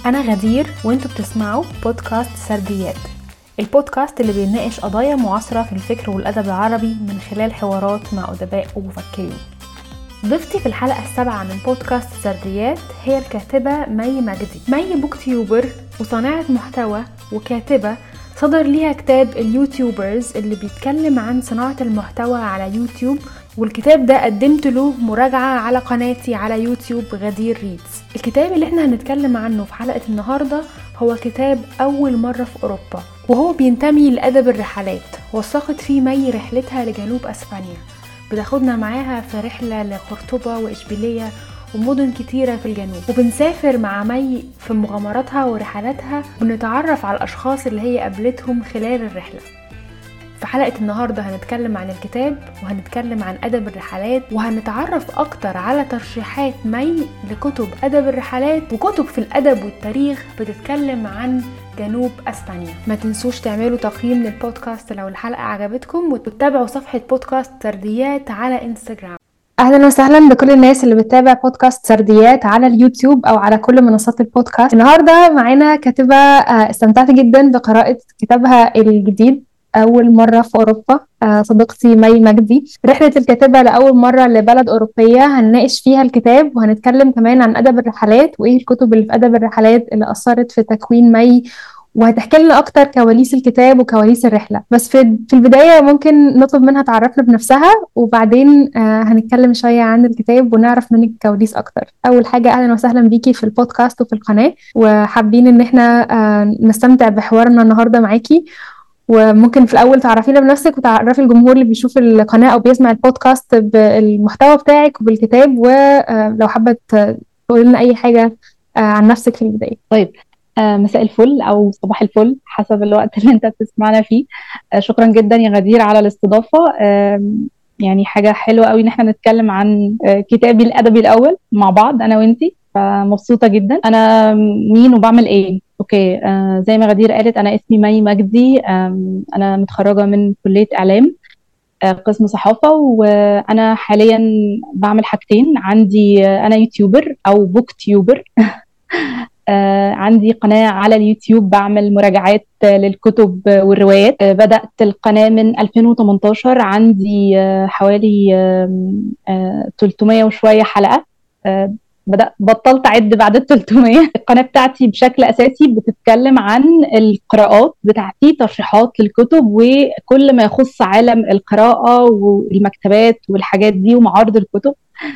أنا غدير وانتوا بتسمعوا بودكاست سرديات، البودكاست اللي بيناقش قضايا معاصرة في الفكر والأدب العربي من خلال حوارات مع أدباء ومفكرين. ضيفتي في الحلقة 7 من بودكاست سرديات هي الكاتبة مي مجدي. مي بوكتيوبر وصانعة محتوى وكاتبة، صدر ليها كتاب اليوتيوبرز اللي بيتكلم عن صناعة المحتوى على يوتيوب، والكتاب ده قدمت له مراجعة على قناتي على يوتيوب غدير ريدز. الكتاب اللي احنا هنتكلم عنه في حلقة النهاردة هو كتاب أول مرة في أوروبا، وهو بينتمي لأدب الرحلات. وثقت فيه مي رحلتها لجنوب أسبانيا، بتاخدنا معاها في رحلة لقرطبة وإشبيلية ومدن كتيرة في الجنوب، وبنسافر مع مي في مغامراتها ورحلاتها، ونتعرف على الأشخاص اللي هي قابلتهم خلال الرحلة. في حلقة النهاردة هنتكلم عن الكتاب، وهنتكلم عن أدب الرحلات، وهنتعرف أكتر على ترشيحات مي لكتب أدب الرحلات وكتب في الأدب والتاريخ بتتكلم عن جنوب أسبانيا. ما تنسوش تعملوا تقييم للبودكاست لو الحلقة عجبتكم، وتتابعوا صفحة بودكاست سرديات على انستجرام. اهلا وسهلا بكل الناس اللي بتتابع بودكاست سرديات على اليوتيوب او على كل منصات البودكاست. النهارده معانا كاتبه استمتعت جدا بقراءه كتابها الجديد أول مرة في أوروبا، صديقتي مي مجدي. رحلة الكاتبة لأول مرة لبلد أوروبية، هنناقش فيها الكتاب، وهنتكلم كمان عن أدب الرحلات وإيه الكتب اللي في أدب الرحلات اللي أثرت في تكوين مي، وهتحكي لنا أكتر كواليس الكتاب وكواليس الرحلة. بس في البداية ممكن نطلب منها تعرفنا بنفسها، وبعدين هنتكلم شوية عن الكتاب ونعرف منك كواليس أكتر. أول حاجة أهلا وسهلا بيكي في البودكاست وفي القناة، وحابين إن احنا نستمتع بحوارنا النهاردة معاكي. وممكن في الأول تعرفينا بنفسك وتعرفي الجمهور اللي بيشوف القناة أو بيسمع البودكاست بالمحتوى بتاعك وبالكتاب، ولو حابة تقولي لنا أي حاجة عن نفسك في البداية. طيب، مساء الفل أو صباح الفل حسب الوقت اللي أنت بتسمعنا فيه. شكرا جدا يا غدير على الاستضافة. يعني حاجة حلوة قوي إن احنا نتكلم عن كتابي الأدبي الأول مع بعض أنا وإنتي، فمبسوطة جدا. أنا مين وبعمل إيه؟ أوكي، زي ما غدير قالت أنا اسمي مي مجدي. أنا متخرجة من كلية إعلام، قسم صحافة، وأنا حاليا بعمل حاجتين. عندي أنا يوتيوبر أو بوك تيوبر. عندي قناة على اليوتيوب بعمل مراجعات للكتب والروايات. بدأت القناة من 2018، عندي حوالي 300 وشوية حلقة. بطلت أعد بعد ال 300. القناة بتاعتي بشكل أساسي بتتكلم عن القراءات بتاعتي، ترشيحات للكتب وكل ما يخص عالم القراءة والمكتبات والحاجات دي ومعارض الكتب.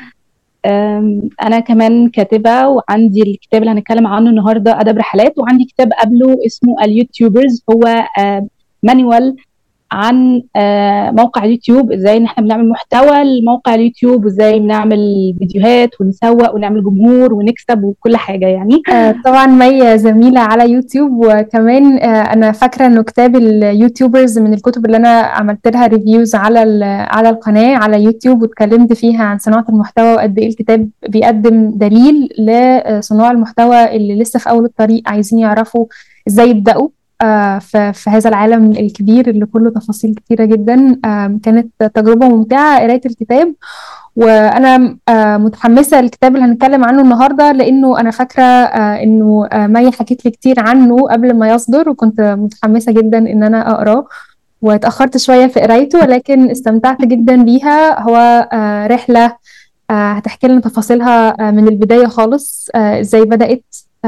أنا كمان كاتبة، وعندي الكتاب اللي هنتكلم عنه النهاردة أدب رحلات، وعندي كتاب قبله اسمه اليوتيوبرز، هو مانيوال عن موقع اليوتيوب، ازاي ان احنا بنعمل محتوى لموقع اليوتيوب، وازاي بنعمل فيديوهات ونسوق ونعمل جمهور ونكسب وكل حاجة يعني. طبعا مي زميلة على يوتيوب، وكمان أنا فاكرة إنه كتاب اليوتيوبرز من الكتب اللي أنا عملت لها ريفيوز على القناة على يوتيوب، واتكلمت فيها عن صناعة المحتوى وقد إيه الكتاب بيقدم دليل لصناع المحتوى اللي لسه في أول الطريق عايزين يعرفوا إزاي يبدأوا في هذا العالم الكبير اللي كله تفاصيل كتيرة جدا. كانت تجربة ممتعة قراية الكتاب، وأنا متحمسة للكتاب اللي هنتكلم عنه النهاردة، لأنه أنا فاكرة إنه مي حكيت لي كتير عنه قبل ما يصدر، وكنت متحمسة جدا إن أنا أقراه، واتأخرت شوية في قرايته ولكن استمتعت جدا بيها. هو رحلة هتحكي لنا تفاصيلها من البداية خالص، إزاي بدأت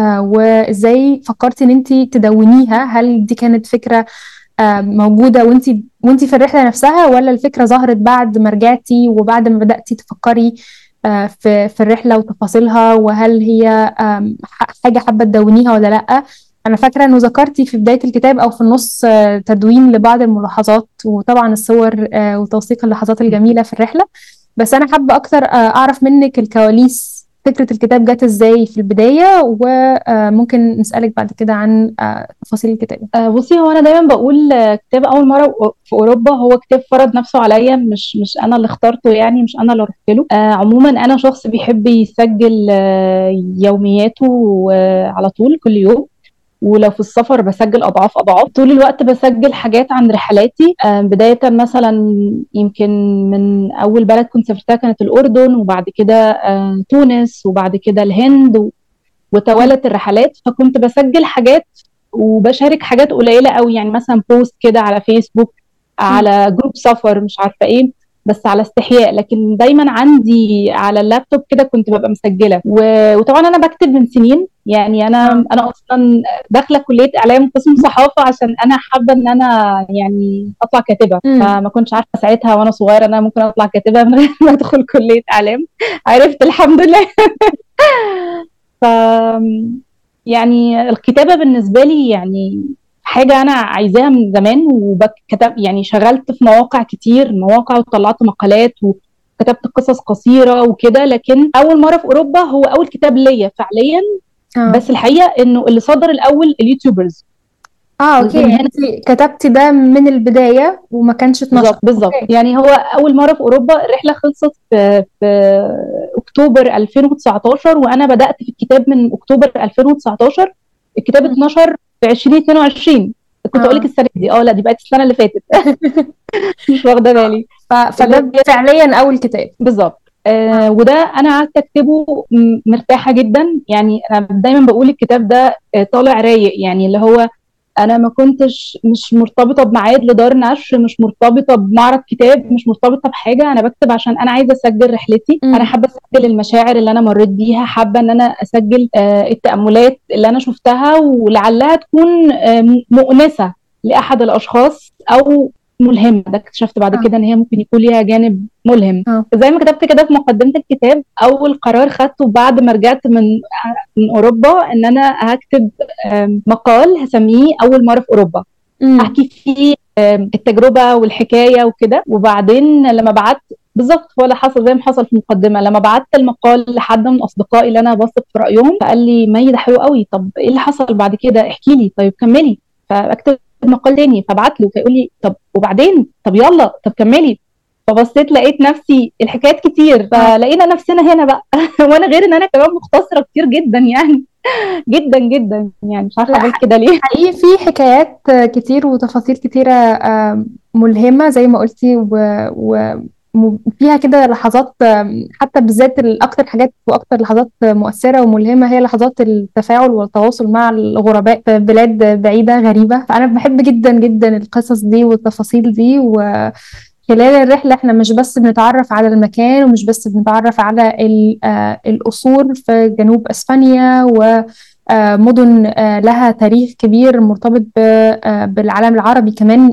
وإزاي فكرتي إن أنتي تدونيها. هل دي كانت فكرة موجودة وانتي في الرحلة نفسها، ولا الفكرة ظهرت بعد ما رجعتي وبعد ما بدأتي تفكري في الرحلة وتفاصيلها، وهل هي حاجة حابة تدونيها ولا لأ؟ أنا فاكرة أنه ذكرتي في بداية الكتاب أو في النص تدوين لبعض الملاحظات، وطبعا الصور وتوثيق اللحظات الجميلة في الرحلة. بس أنا حابة أكتر أعرف منك الكواليس، فكرة الكتاب جات ازاي في البداية، وممكن نسألك بعد كده عن تفاصيل الكتاب. بصي، هو انا دايما بقول كتاب اول مره في اوروبا هو كتاب فرض نفسه عليا، مش انا اللي اخترته، يعني مش انا اللي رحت له. عموما انا شخص بيحب يسجل يومياته على طول كل يوم، ولو في السفر بسجل اضعاف طول الوقت. بسجل حاجات عن رحلاتي، بدايه مثلا يمكن من اول بلد كنت سافرتها كانت الاردن، وبعد كده تونس، وبعد كده الهند، وتوالت الرحلات، فكنت بسجل حاجات وبشارك حاجات قليله قوي، يعني مثلا بوست كده على فيسبوك، على جروب سفر، مش عارفه ايه، بس على استحياء. لكن دايما عندي على اللابتوب كده كنت ببقى مسجله. وطبعا انا بكتب من سنين، يعني انا اصلا داخله كليه اعلام قسم صحافه عشان انا حابه ان انا يعني اطلع كاتبه. فما كنتش عارفه ساعتها وانا صغيره ان انا ممكن اطلع كاتبه من غير ما ادخل كليه اعلام. عرفت الحمد لله. ف يعني الكتابه بالنسبه لي يعني حاجه انا عايزاها من زمان، وكتب يعني شغلت في مواقع كتير، مواقع، وطلعت مقالات وكتبت قصص قصيره وكده. لكن اول مره في اوروبا هو اول كتاب ليا فعليا. بس الحقيقه انه اللي صدر الاول اليوتيوبرز. اوكي، من هنا انت كتبتي ده من البدايه وما كانش اتنشر. بالظبط. يعني هو اول مره في اوروبا. الرحله خلصت في اكتوبر 2019، وانا بدات في الكتاب من اكتوبر 2019. الكتاب اتنشر في 2022. كنت اقول لك السنه دي، لا دي بقت السنه اللي فاتت. مش واخده بالي. فده فعليا اول كتاب. بالظبط. وده انا قعدت اكتبه مرتاحه جدا. يعني انا دايما بقول الكتاب ده طالع رايق، يعني اللي هو انا ما كنتش مش مرتبطه بميعاد لدار نشر، مش مرتبطه بمعرض كتاب، مش مرتبطه بحاجه. انا بكتب عشان انا عايزه اسجل رحلتي. انا حابه اسجل المشاعر اللي انا مريت بيها، حابه ان انا اسجل التاملات اللي انا شفتها، ولعلها تكون مؤنسه لاحد الاشخاص او ملهمه. ده اكتشفت بعد كده ان هي ممكن يكون ليها جانب ملهم. زي ما كتبت كده في مقدمه الكتاب، اول قرار خدته بعد ما رجعت من اوروبا ان انا هكتب مقال هسميه اول مره في اوروبا. احكي فيه التجربه والحكايه وكده. وبعدين لما بعت بالظبط ولا حصل زي ما حصل في المقدمه، لما بعت المقال لحد من اصدقائي اللي انا بثق في رايهم، فقال لي مي ده حلو قوي، طب ايه اللي حصل بعد كده، احكي لي، طيب كملي. فاكتب مقال تاني، فبعت له فيقول لي طب وبعدين، طب يلا، طب كملي. فبصيت لقيت نفسي الحكايات كتير، فلقينا نفسنا هنا بقى. وانا غير ان انا كمان مختصره كتير جدا يعني. جدا جدا يعني، مش عارفه اقول كده ليه. حقيقي في حكايات كتير وتفاصيل كتيره ملهمه زي ما قلتي، وفيها كده لحظات، حتى بالذات الاكتر حاجات واكتر لحظات مؤثره وملهمه هي لحظات التفاعل والتواصل مع الغرباء في بلاد بعيده غريبه. فانا بحب جدا جدا القصص دي والتفاصيل دي. خلال الرحلة احنا مش بس بنتعرف على المكان، ومش بس بنتعرف على القصور في جنوب اسبانيا ومدن لها تاريخ كبير مرتبط بالعالم العربي كمان.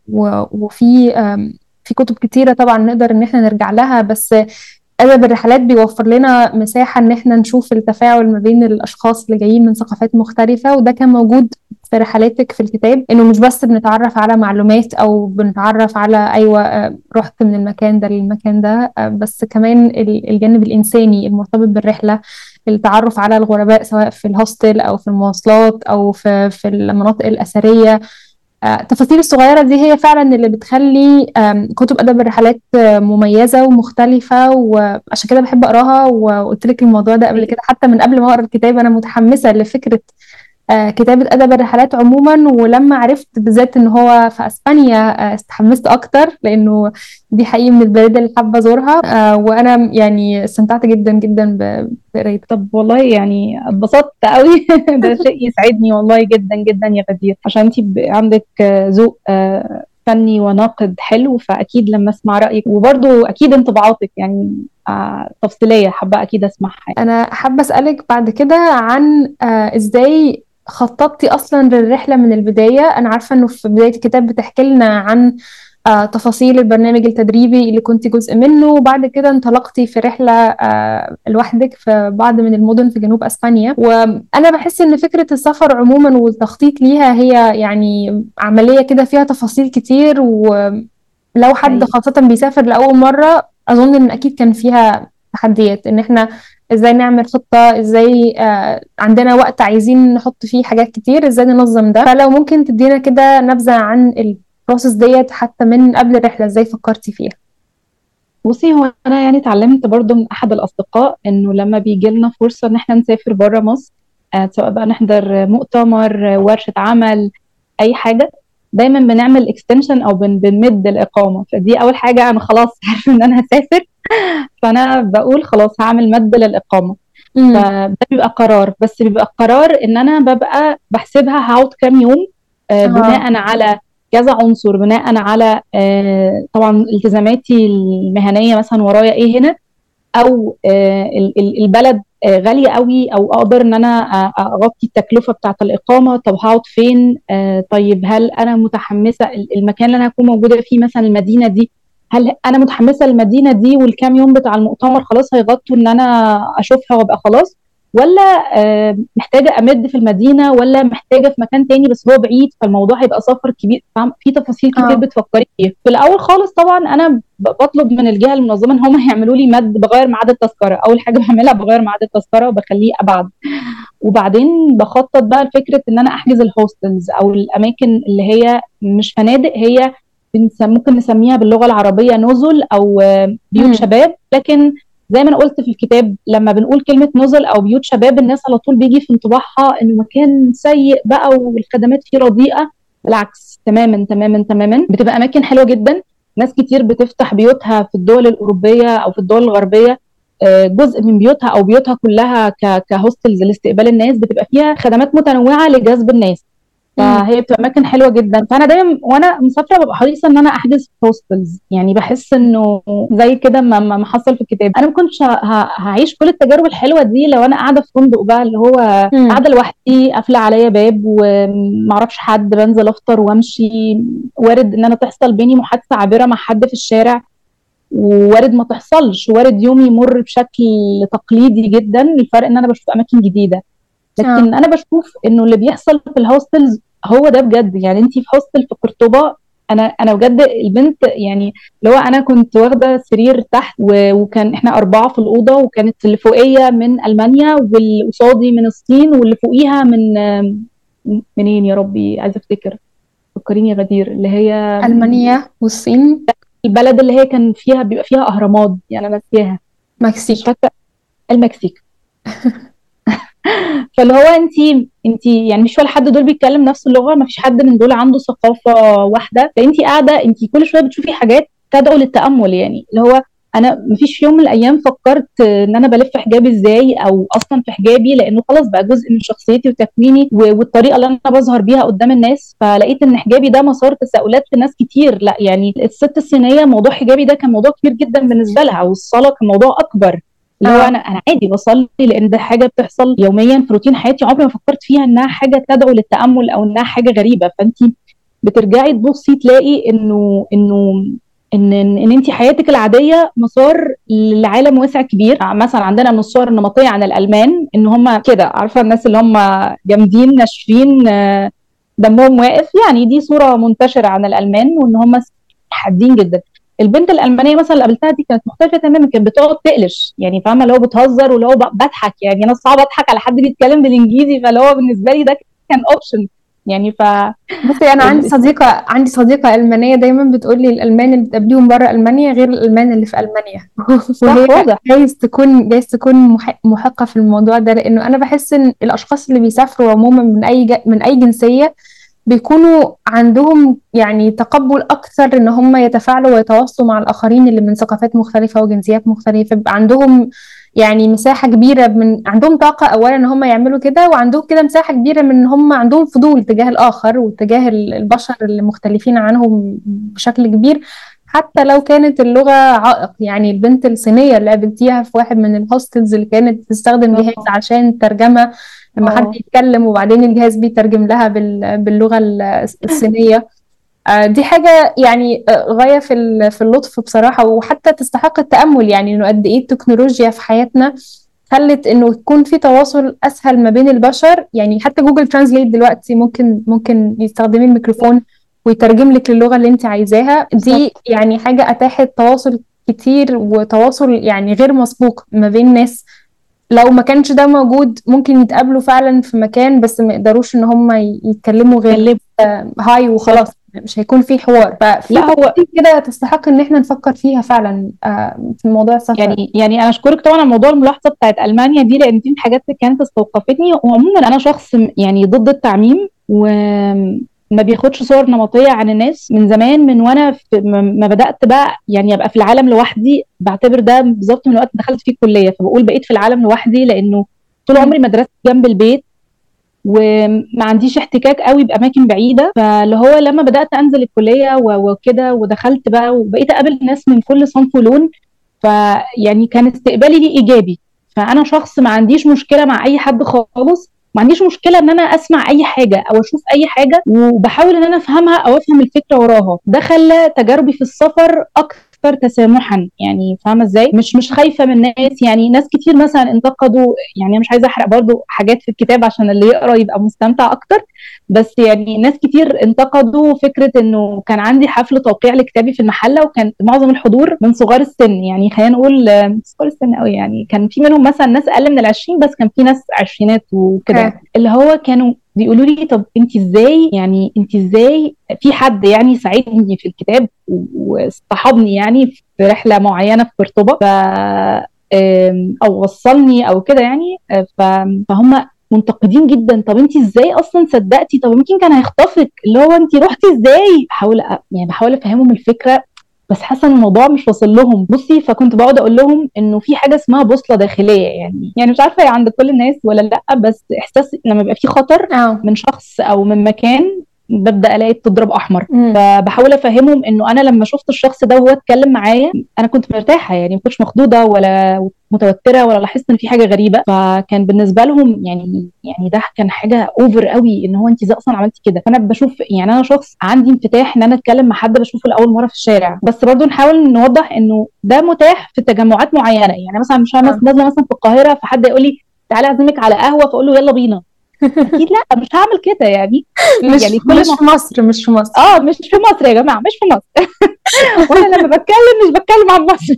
وفي في كتب كتيرة طبعا نقدر ان احنا نرجع لها، بس أدب الرحلات بيوفر لنا مساحة إن احنا نشوف التفاعل ما بين الأشخاص اللي جايين من ثقافات مختلفة. وده كان موجود في رحلاتك في الكتاب، إنه مش بس بنتعرف على معلومات أو بنتعرف على أيوة رحت من المكان ده للمكان ده، بس كمان الجانب الإنساني المرتبط بالرحلة، التعرف على الغرباء سواء في الهوستل أو في المواصلات أو في المناطق الأثرية. التفاصيل الصغيرة دي هي فعلا اللي بتخلي كتب أدب الرحلات مميزة ومختلفة، وعشان كده بحب أقراها. وقلت لك الموضوع ده قبل كده، حتى من قبل ما أقرأ الكتاب أنا متحمسة لفكرة كتابة أدب الرحلات عموما. ولما عرفت بالذات إن هو في أسبانيا استحمست أكتر، لأنه دي حقيقي من البلاد اللي حابة أزورها. وأنا يعني استمتعت جدا جدا بقرايته. طب والله يعني اتبسطت قوي. ده شيء يسعدني والله جدا جدا يا غدير، عشان انت عندك ذوق فني وناقد حلو. فأكيد لما أسمع رأيك وبرضو أكيد انطباعاتك يعني تفصيلية حابة أكيد أسمعها. أنا حابة أسألك بعد كده عن إزاي خططتي أصلا للرحلة من البداية. أنا عارفة أنه في بداية الكتاب بتحكي لنا عن تفاصيل البرنامج التدريبي اللي كنت جزء منه، وبعد كده انطلقتي في رحلة لوحدك في بعض من المدن في جنوب أسبانيا. وأنا بحس أن فكرة السفر عموما والتخطيط ليها هي يعني عملية كده فيها تفاصيل كتير، ولو حد خاصة بيسافر لأول مرة أظن أن أكيد كان فيها تحديات، ان احنا ازاي نعمل خطة، ازاي عندنا وقت عايزين نحط فيه حاجات كتير، ازاي ننظم ده. فلو ممكن تدينا كده نبذة عن البروسيس ديت حتى من قبل الرحلة، ازاي فكرتي فيها؟ بصي، هو انا يعني اتعلمت برضو من احد الاصدقاء انه لما بيجي لنا فرصة ان احنا نسافر بره مصر، سواء بقى نحضر مؤتمر، ورشة عمل، اي حاجة، دايما بنعمل اكستنشن او بنمد الاقامة. فدي اول حاجة، انا خلاص عارفة ان انا هسافر، فانا بقول خلاص هعمل مد للاقامه. فده بيبقى قرار، بس بيبقى قرار ان انا ببقى بحسبها هقعد كام يوم، بناء على كذا عنصر، بناء على طبعا التزاماتي المهنيه مثلا ورايا ايه هنا، او البلد غاليه قوي، او اقدر ان انا اغطي التكلفه بتاعه الاقامه. طب هقعد فين؟ طيب هل انا متحمسه المكان اللي انا هكون موجوده فيه، مثلا المدينه دي، هل انا متحمسه المدينه دي والكام يوم بتاع المؤتمر خلاص هيغطوا ان انا اشوفها وابقى خلاص، ولا محتاجه امد في المدينه، ولا محتاجه في مكان تاني بس هو بعيد، فالموضوع هيبقى سفر كبير. في تفاصيل كتير بتفكري فيها. في الاول خالص طبعا انا بطلب من الجهه المنظمه ان هم يعملوا لي مد، بغير ميعاد التذكره. اول حاجه بعملها بغير ميعاد التذكره وبخليه ابعد، وبعدين بخطط بقى لفكره ان انا احجز الهوستلز او الاماكن اللي هي مش فنادق، هي ممكن نسميها باللغه العربيه نزل او بيوت شباب. لكن زي ما انا قلت في الكتاب، لما بنقول كلمه نزل او بيوت شباب الناس على طول بيجي في انطباعها انه مكان سيء بقى والخدمات فيه رديئه. بالعكس تماما تماما تماما، بتبقى اماكن حلوه جدا. ناس كتير بتفتح بيوتها في الدول الاوروبيه او في الدول الغربيه، جزء من بيوتها او بيوتها كلها كهوستلز لاستقبال الناس، بتبقى فيها خدمات متنوعه لجذب الناس، فهي بتبقى اماكن حلوه جدا. فانا دايما وانا مسافره ببقى حريصه ان انا احجز هوستلز، يعني بحس انه زي كده ما حصل في الكتاب، انا ما كنتش هعيش كل التجارب الحلوه دي لو انا قاعده في فندق بقى اللي هو قاعده لوحدي قافله عليا باب ومعرفش حد، بنزل افطر وامشي، وارد ان انا تحصل بيني محادثه عابره مع حد في الشارع، ووارد ما تحصلش، وارد يومي يمر بشكل تقليدي جدا. الفرق ان انا بشوف اماكن جديده. لكن انا بشوف انه اللي بيحصل في الهوستلز هو ده بجد. يعني انت في هوستل في قرطبه، انا بجد البنت يعني اللي هو انا كنت واخده سرير تحت وكان احنا 4 في الاوضه، وكانت اللي فوقيه من المانيا واللي قصادي من الصين واللي فوقيها من منين يا ربي عايزه افتكر، فكريني يا غدير، اللي هي المانيا والصين. البلد اللي هي كان فيها بيبقى فيها اهرامات دي انا ناسيها، مش مكسيك. فاكره. المكسيك. فاللي هو انت يعني مش ولا حد دول بيتكلم نفس اللغه، ما فيش حد من دول عنده ثقافه واحده، فانت قاعده انت كل شويه بتشوفي حاجات تدعو للتامل. يعني اللي هو انا ما فيش يوم من الايام فكرت ان انا بلف حجابي ازاي او اصلا في حجابي، لانه خلاص بقى جزء من شخصيتي وتكويني والطريقه اللي انا بظهر بيها قدام الناس. فلقيت ان حجابي ده مسار تساؤلات لناس كتير. لا يعني الست الصينيه موضوع حجابي ده كان موضوع كبير جدا بالنسبه لها، والصلاه كان موضوع اكبر. اللي هو انا عادي بصلي لان ده حاجه بتحصل يوميا في روتين حياتي، عمري ما فكرت فيها انها حاجه تدعو للتامل او انها حاجه غريبه. فانت بترجعي تبصي تلاقي ان انت حياتك العاديه مسار لعالم واسع كبير. مثلا عندنا من الصور النمطيه عن الالمان ان هم كده، عارفه الناس اللي هم جامدين ناشفين دمهم واقف، يعني دي صوره منتشره عن الالمان، وان هم حادين جدا. البنت الالمانيه مثلا اللي قابلتها دي كانت مختلفه تماما، كانت بتقعد تقلش، يعني فاهمه اللي هو بتهزر، واللي هو بضحك، يعني انا صعب اضحك على حد بيتكلم بالانجليزي، فاللي هو بالنسبه لي ده كان اوبشن يعني. بصي انا عندي صديقه المانيه دايما بتقول لي الالمان اللي بتقابليهم بره المانيا غير الالمان اللي في المانيا. وهي واضح. جايز تكون محقه في الموضوع ده، لانه انا بحس ان الاشخاص اللي بيسافروا عموما من اي جنسيه بيكونوا عندهم يعني تقبل أكثر إن هم يتفاعلوا ويتواصلوا مع الآخرين اللي من ثقافات مختلفة وجنسيات مختلفة. بيبقى عندهم يعني مساحة كبيرة، عندهم طاقة أولا إن هم يعملوا كده، وعندهم كده مساحة كبيرة من إن هم عندهم فضول تجاه الآخر وتجاه البشر اللي مختلفين عنهم بشكل كبير، حتى لو كانت اللغة عائق. يعني البنت الصينية اللي قابلتيها في واحد من الهوستلز اللي كانت بتستخدم جهاز عشان ترجمة لما حد يتكلم، وبعدين الجهاز بيترجم لها باللغة الصينية. دي حاجة يعني غاية في اللطف بصراحة، وحتى تستحق التأمل. يعني إنه قد إيه التكنولوجيا في حياتنا خلت إنه يكون في تواصل أسهل ما بين البشر. يعني حتى جوجل ترانزليت دلوقتي ممكن يستخدمي الميكروفون ويترجم لك للغة اللي أنت عايزاها. دي يعني حاجة أتاحت تواصل كتير، وتواصل يعني غير مسبوق ما بين ناس لو ما كانش ده موجود ممكن يتقابلوا فعلا في مكان، بس ما يقدروش ان هم يتكلموا غير هاي وخلاص، مش هيكون في حوار. ففي هو كده تستحق ان احنا نفكر فيها فعلا في موضوع السفر. يعني انا اشكرك طبعا على موضوع الملاحظه بتاعت المانيا دي، لان دي من الحاجات اللي كانت استوقفتني. وعموما انا شخص يعني ضد التعميم، ما بياخدش صور نمطيه عن الناس من زمان، من وانا ما بدات بقى يعني ابقى في العالم لوحدي. بعتبر ده بالظبط من وقت دخلت فيه الكليه، فبقول بقيت في العالم لوحدي لانه طول عمري مدرستي جنب البيت وما عنديش احتكاك قوي باماكن بعيده. فاللي هو لما بدات انزل الكليه وكده ودخلت بقى وبقيت اقابل ناس من كل صنف ولون، فيعني كان استقبالي ليه ايجابي. فانا شخص ما عنديش مشكله مع اي حد خالص، ما عنديش مشكله ان انا اسمع اي حاجه او اشوف اي حاجه وبحاول ان انا افهمها او افهم الفكره وراها. ده خلى تجاربي في السفر اكثر تسامحا، يعني فاهمه ازاي؟ مش خايفه من الناس. يعني ناس كتير مثلا انتقدوا، يعني أنا مش عايزه احرق برضو حاجات في الكتاب عشان اللي يقرا يبقى مستمتع اكتر، بس يعني ناس كتير انتقدوا فكره انه كان عندي حفل توقيع لكتابي في المحله، وكان معظم الحضور من صغار السن، يعني خلينا نقول صغار السن قوي، يعني كان في منهم مثلا ناس اقل من ال20 بس كان في ناس عشرينات وكده. اللي هو كانوا بيقولوا لي طب انت ازاي، يعني انت ازاي في حد يعني ساعدني في الكتاب واصطحبني يعني في رحله معينه في قرطبه او وصلني او كده يعني. فهم منتقدين جدا، طب انت ازاي اصلا صدقتي، طب يمكن كان هيخطفك، اللي هو انت رحتي ازاي. بحاول افهمهم الفكره، بس حاسه ان الموضوع مش واصل لهم. بصي، فكنت بقعد اقول لهم انه في حاجه اسمها بوصله داخليه، يعني مش عارفه هي عند كل الناس ولا لا، بس احساس لما يبقى في خطر من شخص او من مكان ببدا الاقي تضرب احمر. فبحاول افهمهم انه انا لما شفت الشخص ده وهو اتكلم معايا انا كنت مرتاحه، يعني ما كنتش مخضوضه ولا متوتره ولا لاحظت ان في حاجه غريبه. فكان بالنسبه لهم يعني ده كان حاجه اوفر قوي، ان هو انت ازاي اصلا عملتي كده. فانا بشوف، يعني انا شخص عندي انفتاح ان انا اتكلم مع حد بشوفه لاول مره في الشارع، بس برضو نحاول نوضح انه ده متاح في تجمعات معينه. يعني مثلا مش نازله مثلا في القاهره فحد يقول لي تعالى اعزمك على قهوه فاقول له يلا بينا، اكيد لا، مش هعمل كده يعني. يعني مش في مصر، مش في مصر. مش في مصر يا جماعه، مش في مصر. وانا لما بتكلم مش بتكلم عن مصر.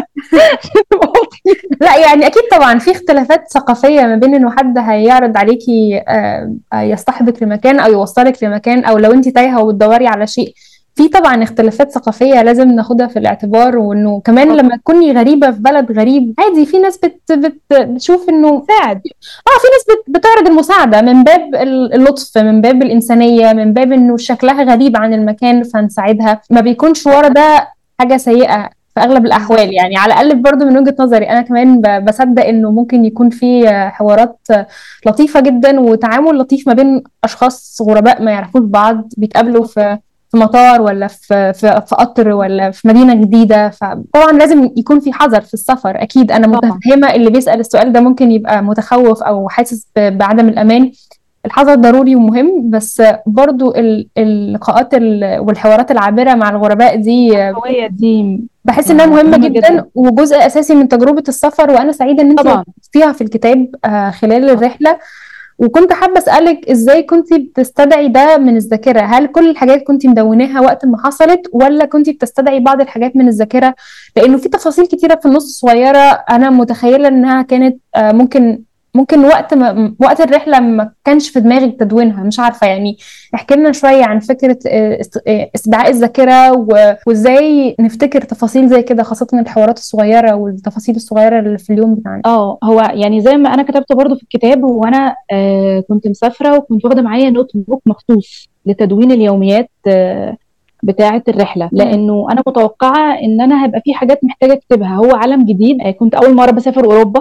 لا يعني اكيد طبعا في اختلافات ثقافيه ما بين انه حد هيعرض عليكي يصطحبك لمكان او يوصلك لمكان، او لو انت تايهه وبتدوري على شيء. في طبعا اختلافات ثقافيه لازم ناخدها في الاعتبار، وانه كمان لما تكوني غريبه في بلد غريب عادي في ناس بتشوف انه ساعد. في ناس بتعرض المساعده من باب اللطف، من باب الانسانيه، من باب انه شكلها غريب عن المكان فنساعدها. ما بيكونش ورا ده حاجه سيئه في اغلب الاحوال، يعني على الاقل برضو من وجهة نظري انا كمان بصدق انه ممكن يكون في حوارات لطيفة جدا وتعامل لطيف ما بين اشخاص غرباء ما يعرفوش بعض بيتقابلوا في مطار ولا في قطر ولا في مدينة جديدة. فطبعا لازم يكون في حذر في السفر. اكيد انا متفهمة اللي بيسأل السؤال ده ممكن يبقى متخوف او حاسس بعدم الامان. الحذر ضروري ومهم، بس برضو اللقاءات والحوارات العابرة مع الغرباء دي بحس انها مهمة جدا وجزء اساسي من تجربة السفر. وانا سعيدة ان انت فيها في الكتاب خلال الرحلة. وكنت حابة اسألك ازاي كنت بتستدعي ده من الذاكرة؟ هل كل الحاجات كنت مدوناها وقت ما حصلت، ولا كنت بتستدعي بعض الحاجات من الذاكرة؟ لانه في تفاصيل كتيرة في النص صغيرة انا متخيلة انها كانت ممكن وقت الرحلة ما كانش في دماغك تدوينها. مش عارفة، يعني احكي لنا شوية عن فكرة استدعاء الذاكرة وازاي نفتكر تفاصيل زي كده، خاصة الحوارات الصغيرة والتفاصيل الصغيرة اللي في اليوم بتاعنا. هو يعني زي ما انا كتبت برضو في الكتاب، وانا كنت مسافرة وكنت واخدة معايا نوت بوك مخصوص لتدوين اليوميات بتاعة الرحلة، لأنه أنا متوقعة إن أنا هيبقى في حاجات محتاجة أكتبها. هو عالم جديد، كنت أول مرة بسافر أوروبا.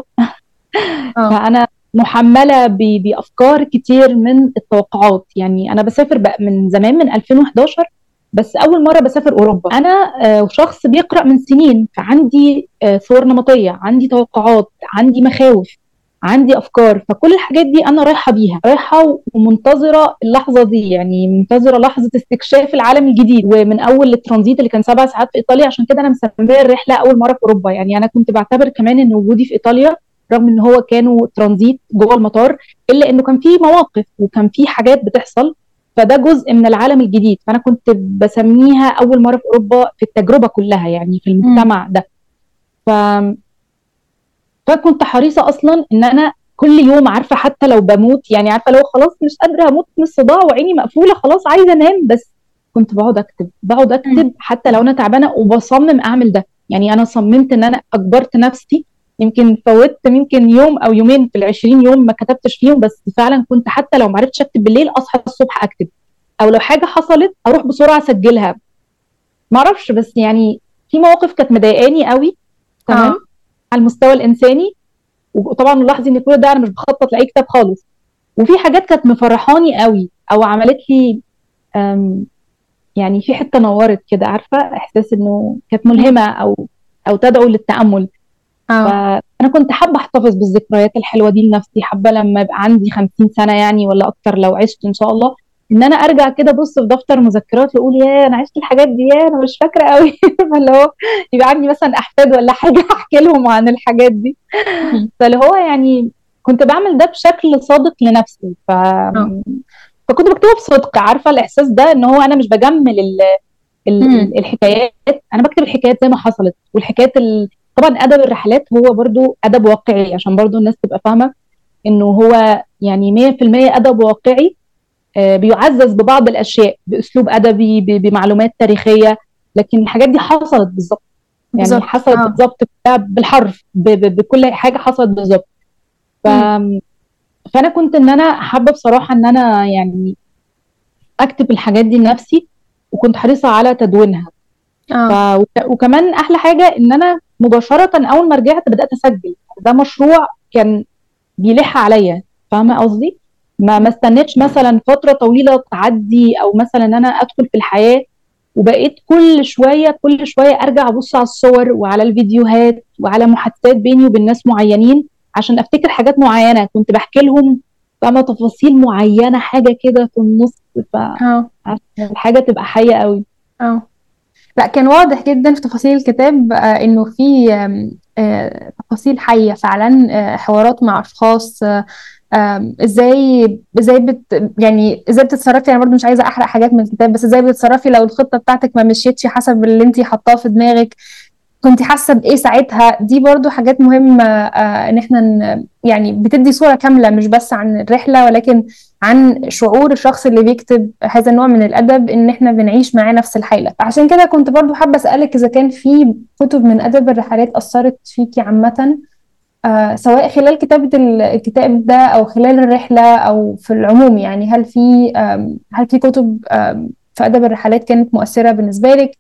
فأنا محملة بأفكار كتير من التوقعات. يعني أنا بسافر بقى من زمان، من 2011، بس أول مرة بسافر أوروبا. أنا شخص بيقرأ من سنين، فعندي صور نمطية، عندي توقعات، عندي مخاوف، عندي أفكار. فكل الحاجات دي أنا رايحة بيها، رايحة ومنتظرة اللحظة دي، يعني منتظرة لحظة استكشاف العالم الجديد. ومن أول الترانزيت اللي كان 7 ساعات في إيطاليا، عشان كده أنا مسمية الرحلة أول مرة في أوروبا. يعني أنا كنت بعتبر كمان إن وجودي في إيطاليا، رغم ان هو كانوا ترانزيت جوه المطار، الا انه كان في مواقف وكان في حاجات بتحصل، فده جزء من العالم الجديد. فانا كنت بسميها اول مره في اوروبا في التجربه كلها، يعني في المجتمع ده. فكنت حريصه اصلا ان انا كل يوم، عارفه حتى لو بموت، يعني عارفه لو خلاص مش قادره هموت من الصداع وعيني مقفوله خلاص عايزه انام، بس كنت بقعد اكتب حتى لو انا تعبانه، وبصمم اعمل ده. يعني انا صممت ان انا اجبرت نفسي، يمكن فوتت يمكن يوم او يومين في ال20 يوم ما كتبتش فيهم، بس فعلا كنت حتى لو ما عرفتش اكتب بالليل اصحى الصبح اكتب. او لو حاجه حصلت اروح بسرعه اسجلها. معرفش، بس يعني في مواقف كانت مضايقاني قوي، تمام، على المستوى الانساني. وطبعا نلاحظ ان كل ده انا مش بخطط لاي كتاب خالص. وفي حاجات كانت مفرحاني قوي او عملت لي يعني في حته نورت كده، عارفه، احساس انه كانت ملهمه او تدعو للتامل. فانا كنت حابه احتفظ بالذكريات الحلوه دي لنفسي، حابه لما يبقى عندي 50 سنه يعني ولا اكتر لو عشت ان شاء الله، ان انا ارجع كده ابص في دفتر مذكرات واقول يا انا عشت الحاجات دي، يا انا مش فاكره قوي. فاللي هو يبقى عندي مثلا احفاد ولا حاجه احكي لهم عن الحاجات دي. فاللي هو يعني كنت بعمل ده بشكل صادق لنفسي. فكنت بكتبه بصدق، عارفه الاحساس ده، ان هو انا مش بجمل الحكايات، انا بكتب الحكايات زي ما حصلت. والحكايات طبعا ادب الرحلات هو برضو ادب واقعي، عشان برضو الناس تبقى فاهمه انه هو يعني 100% ادب واقعي، بيعزز ببعض الاشياء باسلوب ادبي بمعلومات تاريخيه، لكن الحاجات دي حصلت بالظبط. يعني حصلت بالظبط بالحرف، بكل حاجه حصلت بالظبط. فانا كنت ان انا حابه بصراحه ان انا يعني اكتب الحاجات دي لنفسي، وكنت حريصه على تدوينها. وكمان احلى حاجه ان انا مباشره اول ما رجعت بدات اسجل. ده مشروع كان بيلح عليا، فاهمه قصدي؟ ما استنيتش مثلا فتره طويله تعدي، او مثلا انا ادخل في الحياه وبقيت كل شويه ارجع ابص على الصور وعلى الفيديوهات وعلى محادثات بيني وبين ناس معينين عشان افتكر حاجات معينه كنت بحكي لهم، فاهمه، تفاصيل معينه، حاجه كده في النص، عشان الحاجه تبقى حيه قوي. لا، كان واضح جدا في تفاصيل الكتاب انه في تفاصيل حيه فعلا، حوارات مع اشخاص، ازاي يعني ازاي بتتصرفي. انا برضو مش عايزه احرق حاجات من الكتاب، بس ازاي بتتصرفي لو الخطه بتاعتك ما مشيتش حسب اللي انت حاطاه في دماغك، كنت حاسه بايه ساعتها. دي برضو حاجات مهمه، ان احنا يعني بتدي صوره كامله مش بس عن الرحله، ولكن عن شعور الشخص اللي بيكتب هذا النوع من الادب، ان احنا بنعيش معاه نفس الحاله. عشان كده كنت برضو حابه اسالك اذا كان في كتب من ادب الرحلات اثرت فيكي عامه، سواء خلال كتابه الكتاب ده او خلال الرحله او في العموم. يعني هل في كتب في ادب الرحلات كانت مؤثره بالنسبه لك؟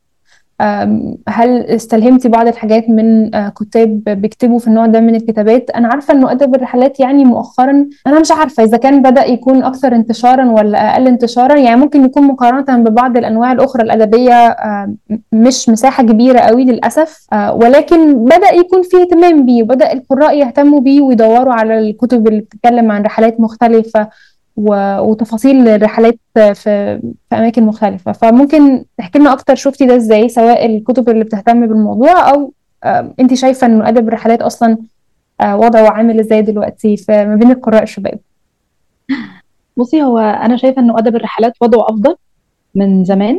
هل استلهمتي بعض الحاجات من كتاب بيكتبوا في النوع ده من الكتابات؟ أنا عارفة إنه أدب الرحلات يعني مؤخرا، أنا مش عارفة إذا كان بدأ يكون أكثر انتشارا ولا أقل انتشارا. يعني ممكن يكون مقارنة ببعض الأنواع الأخرى الأدبية مش مساحة كبيرة قوي للأسف، ولكن بدأ يكون فيه اهتمام بيه، وبدأ القراء يهتموا بيه ويدوروا على الكتب اللي بتتكلم عن رحلات مختلفة وتفاصيل الرحلات في أماكن مختلفة. فممكن تحكي لنا أكتر شفتي ده إزاي، سواء الكتب اللي بتهتم بالموضوع أو أنت شايفة إنه أدب الرحلات أصلا وضعه عامل إزاي دلوقتي ما بين القراء الشباب؟ بصي، هو أنا شايفة إنه أدب الرحلات وضعه أفضل من زمان.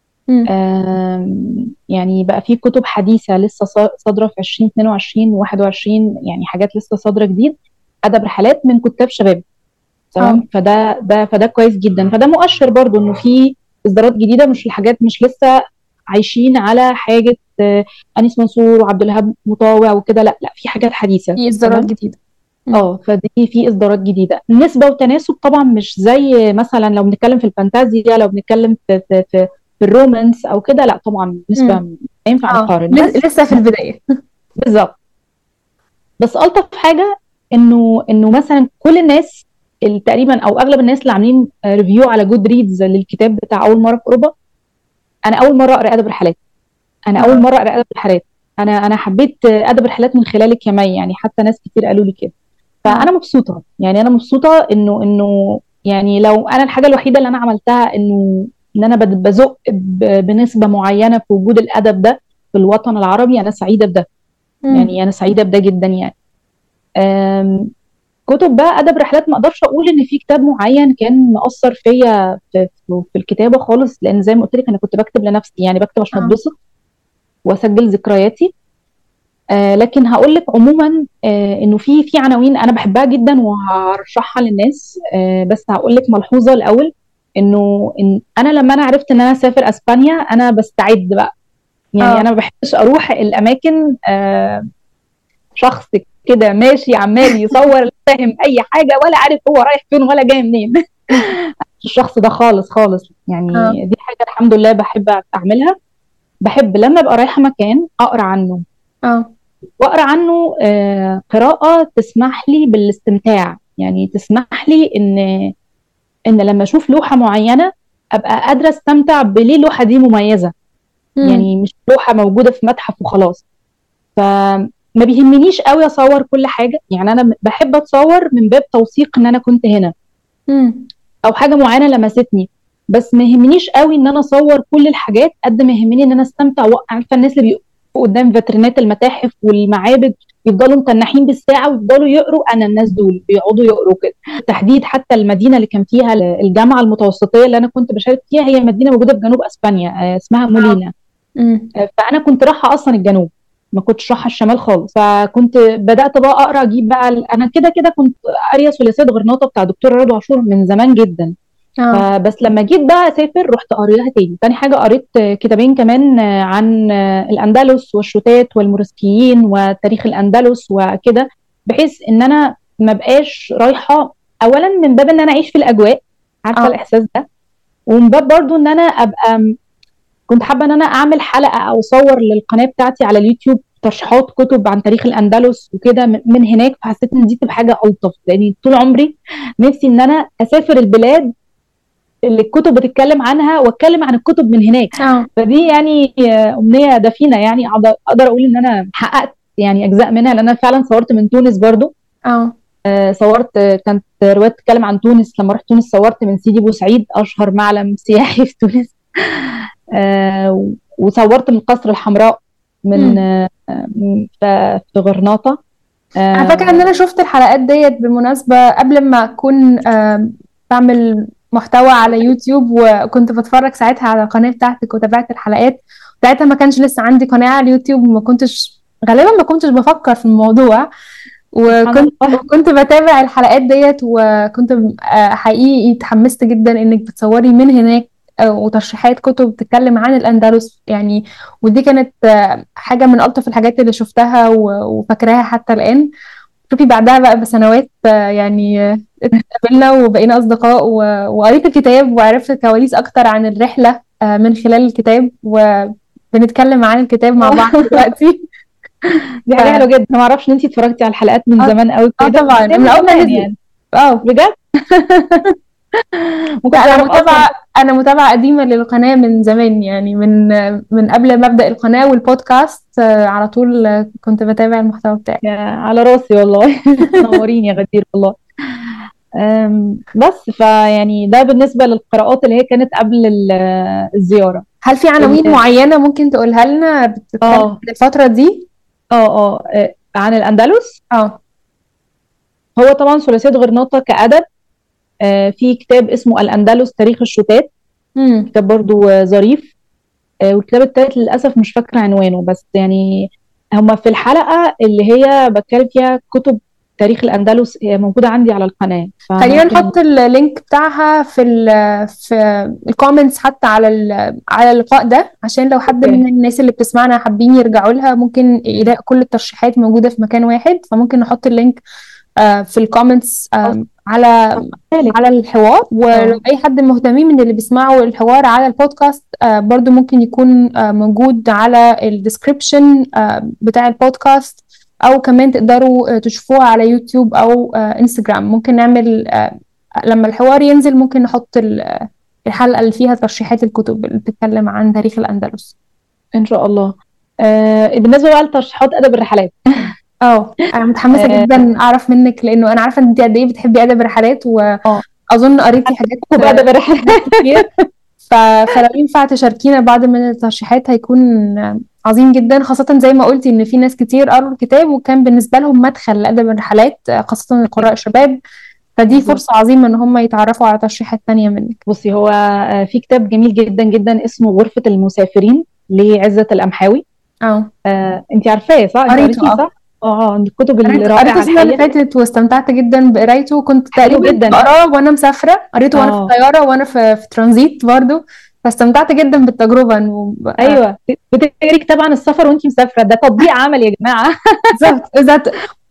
يعني بقى في كتب حديثة لسه صادرة في 2022 و21، يعني حاجات لسه صادرة جديد أدب رحلات من كتاب شباب، تمام. فده كويس جدا. فده مؤشر برضو انه في اصدارات جديده، مش الحاجات مش لسه عايشين على حاجه انيس منصور وعبد الوهاب مطاوع وكده، لا في حاات حديثه، في اصدارات جديده. فدي في اصدارات جديده، نسبه وتناسب طبعا، مش زي مثلا لو بنتكلم في الفانتازيا، لو بنتكلم في الرومانس او كده، لا طبعا نسبه ما ينفع نقارن، لسه في البدايه. بالظبط. بس الطف حاجه انه مثلا كل الناس تقريبا او اغلب الناس اللي عاملين ريفيو على جود ريدز للكتاب بتاع اول مره في اوروبا، انا اول مره اقرا ادب الرحلات. اول مره اقرا ادب الرحلات. انا حبيت ادب الرحلات من خلالك يا مي، يعني حتى ناس كتير قالوا لي كده. فانا مبسوطه، يعني انا مبسوطه انه يعني لو انا الحاجه الوحيده اللي انا عملتها ان انا بزق بنسبه معينه في وجود الادب ده في الوطن العربي، انا سعيده بده. يعني انا سعيده بده جدا يعني. كتب بقى ادب رحلات ما اقدرش اقول ان في كتاب معين كان مأثر فيا في الكتابه خالص، لان زي ما قلت لك انا كنت بكتب لنفسي، يعني بكتب عشان اتبسط واسجل ذكرياتي. لكن هقول لك عموما انه في عناوين انا بحبها جدا وهرشحها للناس. بس هقول لك ملحوظه الاول، إن انا لما انا عرفت ان انا اسافر اسبانيا انا بستعد بقى. يعني انا ما بحبش اروح الاماكن شخص كده ماشي عمال يصور لا فاهم اي حاجه ولا عارف هو رايح فين ولا جاي منين. الشخص ده خالص خالص اه. يعني. دي حاجة الحمد لله بحب أعملها. بحب لما أبقى رايحة مكان أقرأ عنه، اه. وأقرأ عنه قراءة تسمح لي بالاستمتاع، يعني تسمح لي إن لما أشوف لوحة معينة أبقى قادرة أستمتع بليه اللوحة دي مميزة. امم. يعني مش لوحة موجودة في متحف وخلاص. فما بيهمنيش قوي أصور كل حاجة، يعني أنا بحب أتصور من باب توثيق إن أنا كنت هنا امم. او حاجه معينه لمستني. بس ما يهمنيش قوي ان انا اصور كل الحاجات قد ما يهمني ان انا استمتع. عارفه الناس اللي بيقفوا قدام فاترينات المتاحف والمعابد يفضلوا متنحين بالساعه ويفضلوا يقروا، انا الناس دول بيقعدوا يقروا كده. تحديد حتى المدينه اللي كان فيها الجامعه المتوسطيه اللي انا كنت بشارك فيها، هي مدينه موجوده في جنوب اسبانيا اسمها اه. مولينا. امم. فانا كنت رايحه اصلا الجنوب، ما كنتش رايحه الشمال خالص. فكنت بدات بقى اقرا، اجيب بقى انا كده كده كنت قاريه ثلاثيات غرناطه بتاع دكتور رضوى عاشور من زمان جدا. اه. فبس لما جيت بقى اسافر رحت قاريها تاني. تاني حاجه قريت كتابين كمان عن الاندلس والشتات والموريسكيين وتاريخ الاندلس وكده، بحيث ان انا ما بقاش رايحه اولا من باب ان انا اعيش في الاجواء، عارفه اه. الاحساس ده، ومن باب برضو ان انا ابقى كنت حابه ان انا اعمل حلقه او اصور للقناه بتاعتي على اليوتيوب ترشيحات كتب عن تاريخ الاندلس وكده من هناك. فحسيت ان دي تبقى حاجه الطف، لان طول عمري نفسي ان انا اسافر البلاد اللي الكتب بتتكلم عنها واتكلم عن الكتب من هناك. اه. فدي يعني امنيه دفينه، يعني اقدر اقول ان انا حققت يعني اجزاء منها، لان انا فعلا صورت من تونس برضو. اه. صورت كانت روايه تتكلم عن تونس. لما رحت تونس صورت من سيدي بوسعيد، اشهر معلم سياحي في تونس. وصورت من قصر الحمراء من امم. في غرناطه. انا فاكره ان آه، انا شفت الحلقات ديت بالمناسبه قبل ما اكون بعمل محتوى على يوتيوب، وكنت بتفرج ساعتها على القناه بتاعتك وتابعت الحلقات. ساعتها ما كانش لسه عندي قناه على اليوتيوب، وما كنتش غالبا ما كنتش بفكر في الموضوع، سبحان الله. وكنت بتابع الحلقات ديت، وكنت حقيقي اتحمست جدا انك بتصوري من هناك وترشيحات كتب بتتكلم عن الأندلس يعني. ودي كانت حاجة من ألطف الحاجات اللي شفتها وفاكراها حتى الآن. شوفي بعدها بقى بسنوات يعني اتقابلنا وبقينا أصدقاء، وقريت الكتاب وعرفت كواليس أكتر عن الرحلة من خلال الكتاب، وبنتكلم عن الكتاب مع بعض دلوقتي. دي حاجه حلوه جدا. ما اعرفش ان انت اتفرجتي على الحلقات من اه. زمان قوي كده، بس طبعا هي من من اول ما زمان نزل. يعني. اه. بجد ما لا، كنتش اعرف اصلا. انا متابعه قديمه للقناه من زمان يعني، من قبل ما ابدا القناه والبودكاست على طول كنت بتابع المحتوى بتاعي. على راسي والله. تنوريني يا غدير والله. بس فيعني ده بالنسبه للقراءات اللي هي كانت قبل الزياره. هل في عناوين ال- معينه ممكن تقولها لنا بتتكلم اه عن الفتره دي؟ عن الاندلس. اه. هو طبعا ثلاثيه غرناطه كادب. في كتاب اسمه الاندلس تاريخ الشتات، امم. كتاب برضو ظريف. والكتاب التالت للاسف مش فاكره عنوانه، بس يعني هما في الحلقه اللي هي بتكلم فيها كتب تاريخ الاندلس هي موجوده عندي على القناه، خلينا فممكن. نحط اللينك بتاعها في الكومنتس حتى على اللقاء ده، عشان لو حد اوكي. من الناس اللي بتسمعنا حابين يرجعوا لها ممكن يلاقي كل الترشيحات موجودة في مكان واحد. فممكن نحط اللينك في الكومنتس على ذلك. الحوار. ولو اه اي حد مهتمين من اللي بيسمعوا الحوار على البودكاست برضو ممكن يكون موجود على الديسكريبشن بتاع البودكاست، او كمان تقدروا تشوفوها على يوتيوب او انستجرام. ممكن نعمل لما الحوار ينزل ممكن نحط الحلقة اللي فيها ترشيحات الكتب اللي بتتكلم عن تاريخ الأندلس. ان شاء الله. بالنسبه بقى لترشيحات ادب الرحلات. اه، انا متحمسة اه جدا اعرف منك، لانه انا عارفة ان انت قد ايه بتحبي ادب الرحلات، واظن قريتي حاجات بادب الرحلات. كتير. فلو ينفع تشاركينا بعض من الترشيحات هيكون عظيم جدا، خاصة زي ما قلتي إن في ناس كتير قروا الكتاب وكان بالنسبة لهم مدخل لأدب الرحلات، خاصة القراء الشباب. فدي بالظبط. فرصة عظيمة إن هم يتعرفوا على ترشيحات تانية منك. بصي هو في كتاب جميل جدا جدا اسمه غرفه المسافرين لعزة الأمحاوي. اه. انت عارفاه صح؟ انت قريته. قريتيه اه. صح؟ اه من الكتب قريته الرائعه السنة اللي الحقيقه. فاتت واستمتعت جدا بقرايته. كنت حلو تقريبا جدا. بقراه وأنا مسافرة، قريته وأنا في اه الطيارة وأنا في ترانزيت برضو. فاستمتعت جدا بالتجربة إنه ايوه، بتقري كتاب عن السفر وانت مسافره، ده تطبيق عمل يا جماعه. بالظبط بالظبط.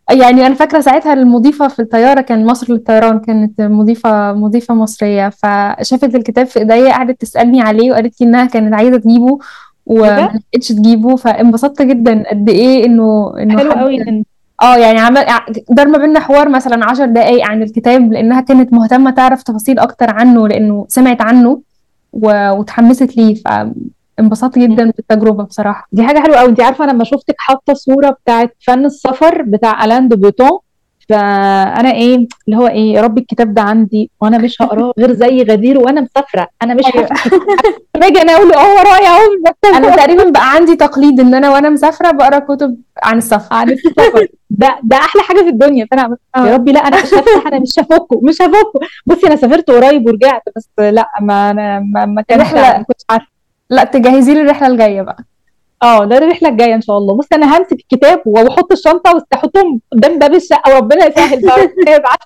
يعني انا فاكره ساعتها المضيفه في الطياره كان مصر للطيران، كانت مضيفه مصريه، فشافت الكتاب في ايديا قعدت تسالني عليه وقالت لي انها كانت عايزه تجيبه ايه وما ده لحقتش تجيبه. فانبسطت جدا قد ايه انه حلو حد قوي ان يعني عمل دار ما بيننا حوار مثلا 10 دقايق عن الكتاب، لانها كانت مهتمه تعرف تفاصيل اكتر عنه لانه سمعت عنه وتحمست ليه. فانبسطت جدا بالتجربه بصراحه. دي حاجه حلوه قوي. انت عارفه انا لما شفتك حاطه صوره بتاعت فن السفر بتاع الان دو بوتون، فانا ايه اللي هو ايه، يا رب الكتاب ده عندي وانا مش هقراه غير زي غدير وانا مسافره، انا مش ايوه. هفتح باجي انا اقول له اه ورايا اهو في انا المكتبه. تقريبا بقى عندي تقليد ان انا وانا مسافره بقرا كتب عن السفر. عن السفر، ده احلى حاجه في الدنيا. فانا يا اه. ربي لا انا مش هفتح، انا مش هفكه. بصي انا سافرت قريب ورجعت، بس لا ما انا ما كانش عندي، الرحله، ما كنتش عارفه. لا تجهزي لي الرحله الجايه بقى. اه ده الرحله الجايه ان شاء الله. بص انا همسك الكتاب واحط الشنطه واحطهم قدام باب الشقه وربنا يسهل بقى ربنا يبعت.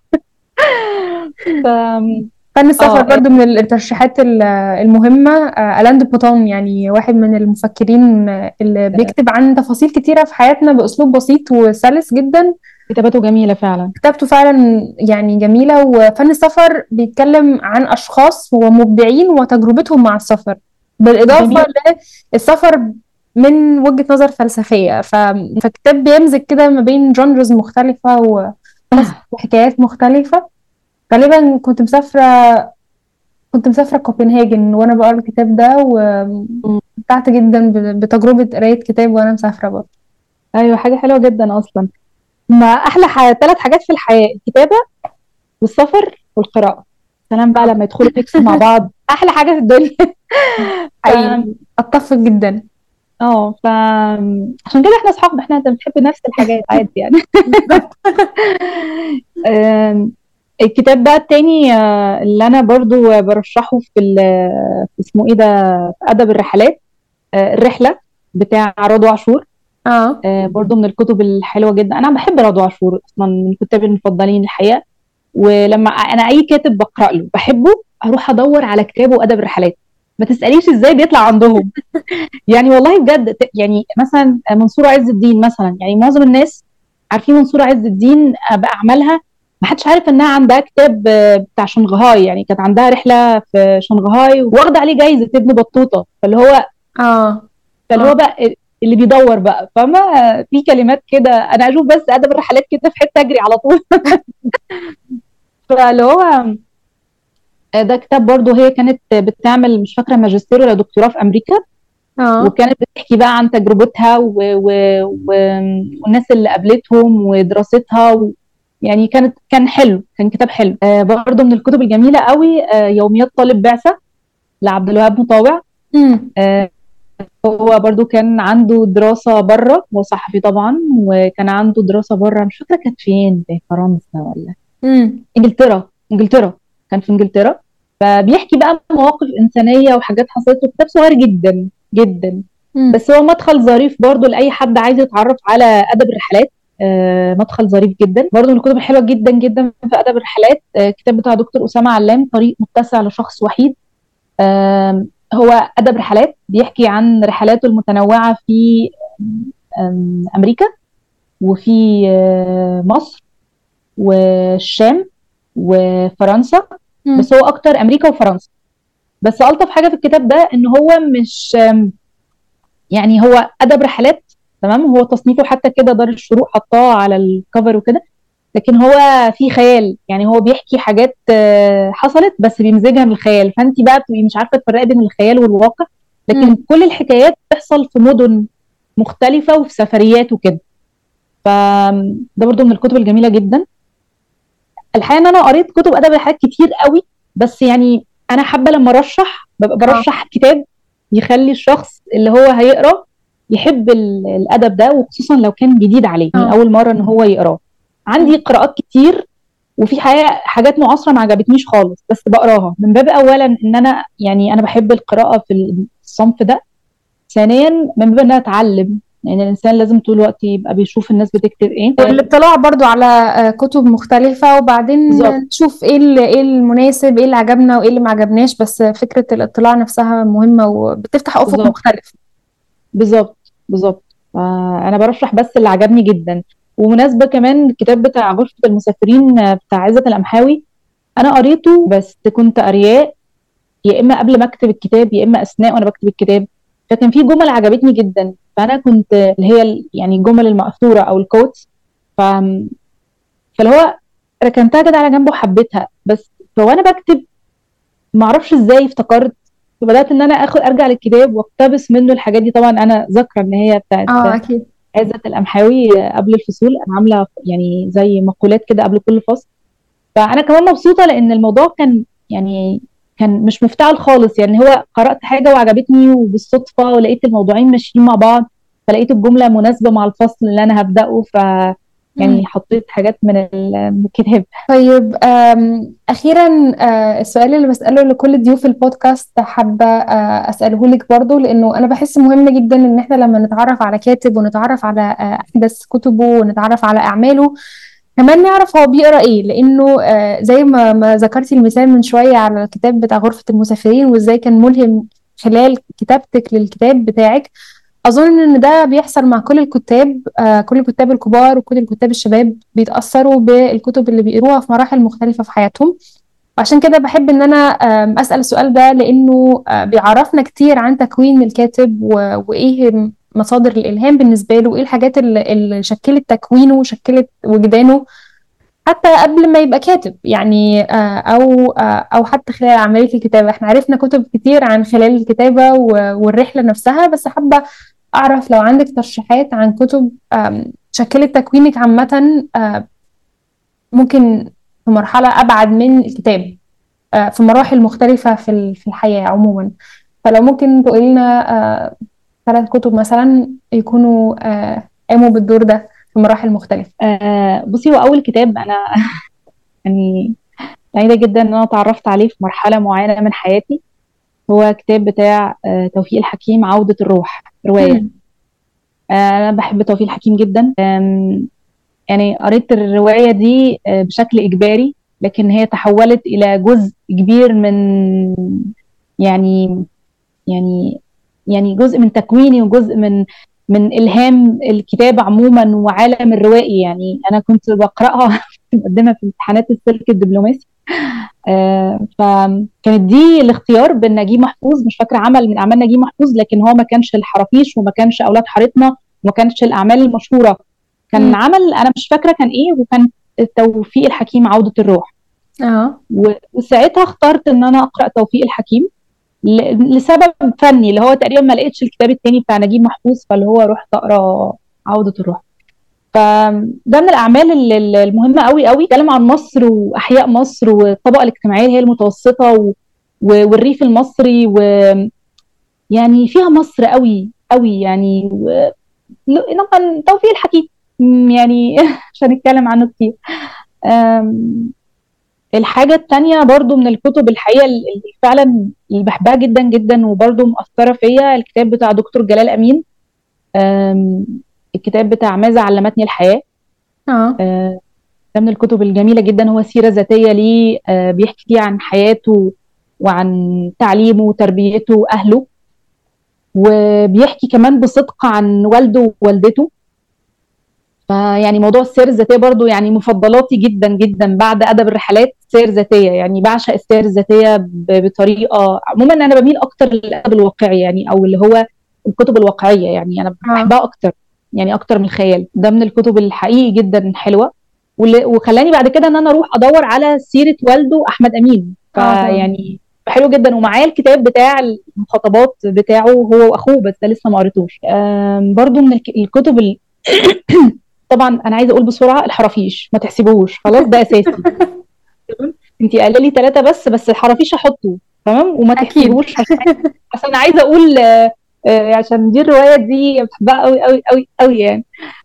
ف فن السفر اه برضو من الترشيحات المهمة. ألاند بوتون يعني واحد من المفكرين اللي بيكتب عن تفاصيل كتيرة في حياتنا بأسلوب بسيط وسلس جدا. كتاباته جميله فعلا. كتابته فعلا يعني جميلة. وفن السفر بيتكلم عن أشخاص ومبدعين وتجربتهم مع السفر، بالإضافة جميل. للسفر من وجهة نظر فلسفية. فكتاب بيمزج كده ما بين جونرز مختلفة وقصص وحكايات مختلفة. غالبا كنت مسافرة كوبنهاجن وأنا بقرا الكتاب ده، واستمتعت جدا بتجربة قراية كتاب وأنا مسافرة برضه. ايوه حاجه حلوه جدا اصلا. ما احلى 3 حاجات في الحياه: الكتابه والسفر والقراءه. سلام بقى لما يدخلوا ميكس مع بعض، احلى حاجه في الدنيا. ف حقيقي أتفق جدا. اه عشان كده احنا اصحاب، احنا بنحب نفس الحاجات عادي يعني. بالظبط. آم، الكتاب بقى التاني اللي انا برضو برشحه في اسمه ايه ده، في ادب الرحلات، الرحله بتاع رضوى عاشور. اه. برضو من الكتب الحلوه جدا. انا بحب رضوى عاشور اصلا، من كتابي المفضلين الحقيقه. ولما انا اي كاتب بقرا له بحبه اروح ادور على كتابه ادب الرحلات. ما تساليش ازاي بيطلع عندهم. يعني والله بجد يعني مثلا منصوره عز الدين مثلا، يعني معظم الناس عارفين منصوره عز الدين باعمالها، ما حدش عارف انها عندها كتاب بتاع شنغهاي. يعني كانت عندها رحله في شنغهاي واخده عليه جايزه ابن بطوطه. اه. فاللي اه. هو بقى اللي بيدور بقى فما في كلمات كده انا اشوف بس ادب الرحلات كده في حته اجري على طول. فاللي هو ده كتاب برضه. هي كانت بتعمل مش فاكره ماجستير ولا دكتوراه في امريكا، اه. وكانت بتحكي بقى عن تجربتها و... والناس اللي قابلتهم ودراستها يعني كان حلو، كان كتاب حلو. برضه من الكتب الجميله قوي يوميات طالب بعثه لعبد الوهاب مطاوع. امم. آه، هو برضو كان عنده دراسة بره، هو صحفي طبعا، وكان عنده دراسة بره مش فاكرة كانت فين، في فرنسا ولا امم. انجلترا. كان في انجلترا. فبيحكي بقى مواقف إنسانية وحاجات حصلت له. كتاب صغير جدا جدا، امم. بس هو مدخل ظريف برضو لأي حد عايز يتعرف على أدب الرحلات. مدخل ظريف جدا. برضو من الكتب الحلوة جدا جدا في أدب الرحلات كتاب بتاع دكتور أسامة علام، طريق متسع لشخص وحيد. هو أدب رحلات بيحكي عن رحلاته المتنوعة في أمريكا، وفي مصر والشام وفرنسا. امم. بس هو أكتر أمريكا وفرنسا. بس ألطف حاجة في الكتاب ده إن هو مش يعني هو أدب رحلات تمام. هو تصنيفه حتى كده دار الشروق حطاه على الكفر وكده، لكن هو في خيال. يعني هو بيحكي حاجات حصلت بس بيمزجها من الخيال، فانت بقى بتبقي مش عارفه تفرقي بين الخيال والواقع. لكن امم. كل الحكايات بتحصل في مدن مختلفه وفي سفريات وكده. فده برضو من الكتب الجميله جدا. الحقيقه ان انا قريت كتب ادب الحياه كتير قوي، بس يعني انا حابه لما ارشح ببقى اه. برشح كتاب يخلي الشخص اللي هو هيقرا يحب الادب ده، وخصوصا لو كان جديد عليه يعني اه. اول مره ان هو يقراه. عندي قراءات كتير، وفي حاجات معاصره ما عجبتنيش خالص بس بقراها من باب اولا ان انا يعني انا بحب القراءه في الصنف ده. ثانيا من باب ان انا اتعلم، يعني الانسان لازم طول الوقت يبقى بيشوف الناس بتكتب ايه. والاطلاع برضو على كتب مختلفة، وبعدين بالظبط. نشوف ايه المناسب، ايه اللي عجبنا وايه اللي ما عجبناش. بس فكرة الاطلاع نفسها مهمة وبتفتح أفق بالظبط. مختلف. بالظبط. انا برشح بس اللي عجبني جدا. ومناسبة كمان الكتاب بتاع غرفة المسافرين بتاع عزت القمحاوي، أنا قريته بس كنت قرياه يا إما قبل ما أكتب الكتاب يا إما أثناء وأنا بكتب الكتاب. فكان في جمل عجبتني جدا، فأنا كنت اللي هي يعني الجمل المأثورة أو الكوتس، ف... فاللي هو ركنتها كده على جنب وحبيتها. بس فوانا بكتب معرفش ازاي افتكرت، فبدات ان انا ارجع للكتاب واقتبس منه الحاجات دي. طبعا انا ذاكره ان هي بتاعت اه اكيد. عزت القمحاوي قبل الفصول، انا عامله يعني زي مقولات كده قبل كل فصل. فانا كمان مبسوطه لان الموضوع كان يعني كان مش مفتعل خالص، يعني هو قرات حاجه وعجبتني وبالصدفه ولقيت الموضوعين ماشيين مع بعض، فلقيت الجمله مناسبه مع الفصل اللي انا هبداه، يعني حطيت حاجات من الكتاب. طيب أخيرا، السؤال اللي بسأله لكل ضيوف البودكاست حابة أسأله لك برضو، لأنه أنا بحس مهم جدا إن إحنا لما نتعرف على كاتب ونتعرف على أحدث كتبه ونتعرف على أعماله كمان نعرف هو بيقرأ إيه، لأنه زي ما ذكرتي المثال من شوية على الكتاب بتاع غرفة المسافرين وإزاي كان ملهم خلال كتابتك للكتاب بتاعك. أظن إن ده بيحصل مع كل الكتاب، كل الكتاب الكبار وكل الكتاب الشباب بيتأثروا بالكتب اللي بيقروها في مراحل مختلفة في حياتهم. وعشان كده بحب إن أنا أسأل السؤال ده، لأنه بيعرفنا كتير عن تكوين الكاتب وإيه مصادر الإلهام بالنسبة له، وإيه الحاجات اللي شكلت تكوينه وشكلت وجدانه حتى قبل ما يبقى كاتب يعني، أو حتى خلال عملية الكتابة. احنا عرفنا كتب كتير عن خلال الكتابة والرحلة نفسها، بس حابة أعرف لو عندك ترشيحات عن كتب شكلت تكوينك عامة، ممكن في مرحلة أبعد من الكتاب، في مراحل مختلفة في الحياة عموما. فلو ممكن تقولي لنا 3 كتب مثلا يكونوا قاموا بالدور ده في مراحل مختلفة. بصي، هو أول كتاب أنا يعني سعيدة جدا إن أنا تعرفت عليه في مرحلة معينة من حياتي، هو كتاب بتاع توفيق الحكيم عودة الروح، رواية. أنا بحب توفيق الحكيم جدا. يعني قريت الرواية دي بشكل إجباري، لكن هي تحولت إلى جزء كبير من يعني يعني يعني جزء من تكويني وجزء من إلهام الكتابة عموما وعالم الروائي. يعني أنا كنت بقرأها مقدمة في امتحانات السلك الدبلوماسي. فكانت دي الاختيار بين نجيب محفوظ، مش فاكرة عمل من أعمال نجيب محفوظ، لكن هو ما كانش الحرافيش وما كانش أولاد حارتنا وما كانش الأعمال المشهورة، كان عمل أنا مش فاكرة كان إيه، وكان توفيق الحكيم عودة الروح. وساعتها اخترت إن أنا أقرأ توفيق الحكيم لسبب فني، اللي هو تقريبا ما لقيتش الكتاب التاني بتاع نجيب محفوظ، فاللي هو رحت أقرأ عودة الروح. فده من الأعمال المهمة قوي قوي، بيتكلم عن مصر وأحياء مصر والطبقة الاجتماعية اللي هي المتوسطة والريف المصري، ويعني فيها مصر قوي قوي يعني. طبعا توفيق الحكيم يعني مش هنتكلم عنه كتير. الحاجة التانية برضو من الكتب الحقيقة اللي فعلا اللي بحبها جدا جدا وبرضو مؤثرة فيا، الكتاب بتاع دكتور جلال أمين، الكتاب بتاع ماذا علمتني الحياة. ده من الكتب الجميلة جدا، هو سيرة ذاتية ليه، بيحكي فيه عن حياته وعن تعليمه وتربيته وأهله، وبيحكي كمان بصدق عن والده ووالدته. فيعني موضوع السير الذاتية برضو يعني مفضلاتي جدا جدا بعد أدب الرحلات. سير ذاتية يعني بعشق السير الذاتية بطريقة، عموما أنا بميل أكتر للأدب الواقعي يعني، أو اللي هو الكتب الواقعية، يعني أنا بحبها أكتر، يعني أكتر من الخيال. ده من الكتب الحقيقي جدا حلوة، وخلاني بعد كده ان انا اروح ادور على سيره والده احمد امين. فيعني حلو جدا، ومعايا الكتاب بتاع المخاطبات بتاعه هو واخوه، بس ده لسه ما قريتوش. برضو من الكتب طبعا انا عايزه اقول بسرعه الحرافيش ما تحسبوش خلاص، ده اساسي. انت قايله لي 3 بس الحرافيش احطه تمام، وما تحسبوش عشان انا عايزه اقول عشان دي الروايه دي بحبها قوي قوي قوي قوي يعني.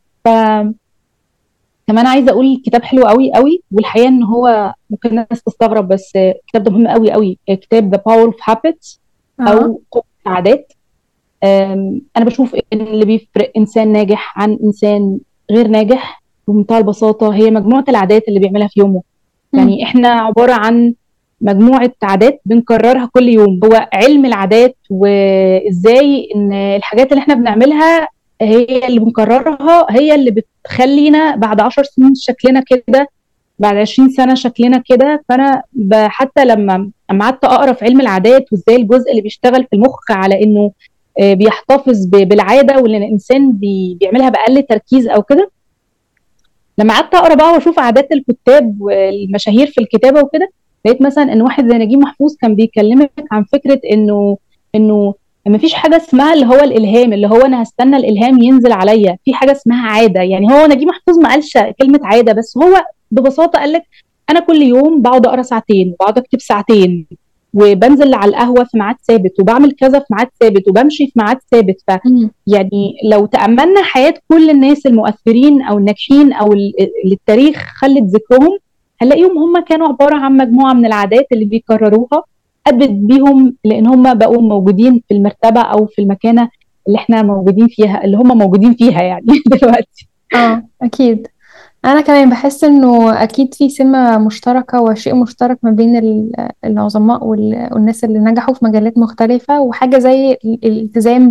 كمان عايزه اقول كتاب حلو قوي قوي، والحقيقه ان هو ممكن الناس تستغرب، بس الكتاب ده مهم قوي قوي، كتاب The Power of Habits او قوة العادات. انا بشوف ان اللي بيفرق انسان ناجح عن انسان غير ناجح بمنتهى البساطه هي مجموعه العادات اللي بيعملها في يومه. يعني احنا عباره عن مجموعه عادات بنكررها كل يوم. هو علم العادات وازاي ان الحاجات اللي احنا بنعملها هي اللي بنكررها، هي اللي بتخلينا بعد 10 سنين شكلنا كده، بعد 20 سنة شكلنا كده. فأنا حتى لما قعدت أقرأ في علم العادات وإزاي الجزء اللي بيشتغل في المخ على إنه بيحتفظ بالعادة، واللي الإنسان بيعملها بأقل تركيز أو كده، لما قعدت أقرأ بقى وأشوف عادات الكتاب والمشاهير في الكتابة وكده، لقيت مثلا إن واحد زي نجيب محفوظ كان بيكلمك عن فكرة إنه ما فيش حاجة اسمها اللي هو الإلهام، اللي هو أنا هستنى الإلهام ينزل عليا، في حاجة اسمها عادة. يعني هو نجيب محفوظ ما قالش كلمة عادة، بس هو ببساطة قال لك أنا كل يوم بقعد أقرأ ساعتين، وبقعد أكتب ساعتين، وبنزل على القهوة في ميعاد ثابت، وبعمل كذا في ميعاد ثابت، وبمشي في ميعاد ثابت. يعني لو تأملنا حياة كل الناس المؤثرين أو الناجحين أو اللي التاريخ خلت ذكرهم، هنلاقيهم هم كانوا عبارة عن مجموعة من العادات اللي بيكرروها، أدت بيهم لأن هم بقوا موجودين في المرتبة أو في المكانة اللي احنا موجودين فيها، اللي هم موجودين فيها يعني دلوقتي. أكيد. أنا كمان بحس إنه أكيد في سمة مشتركة وشيء مشترك ما بين العظماء والناس اللي نجحوا في مجالات مختلفة، وحاجة زي الالتزام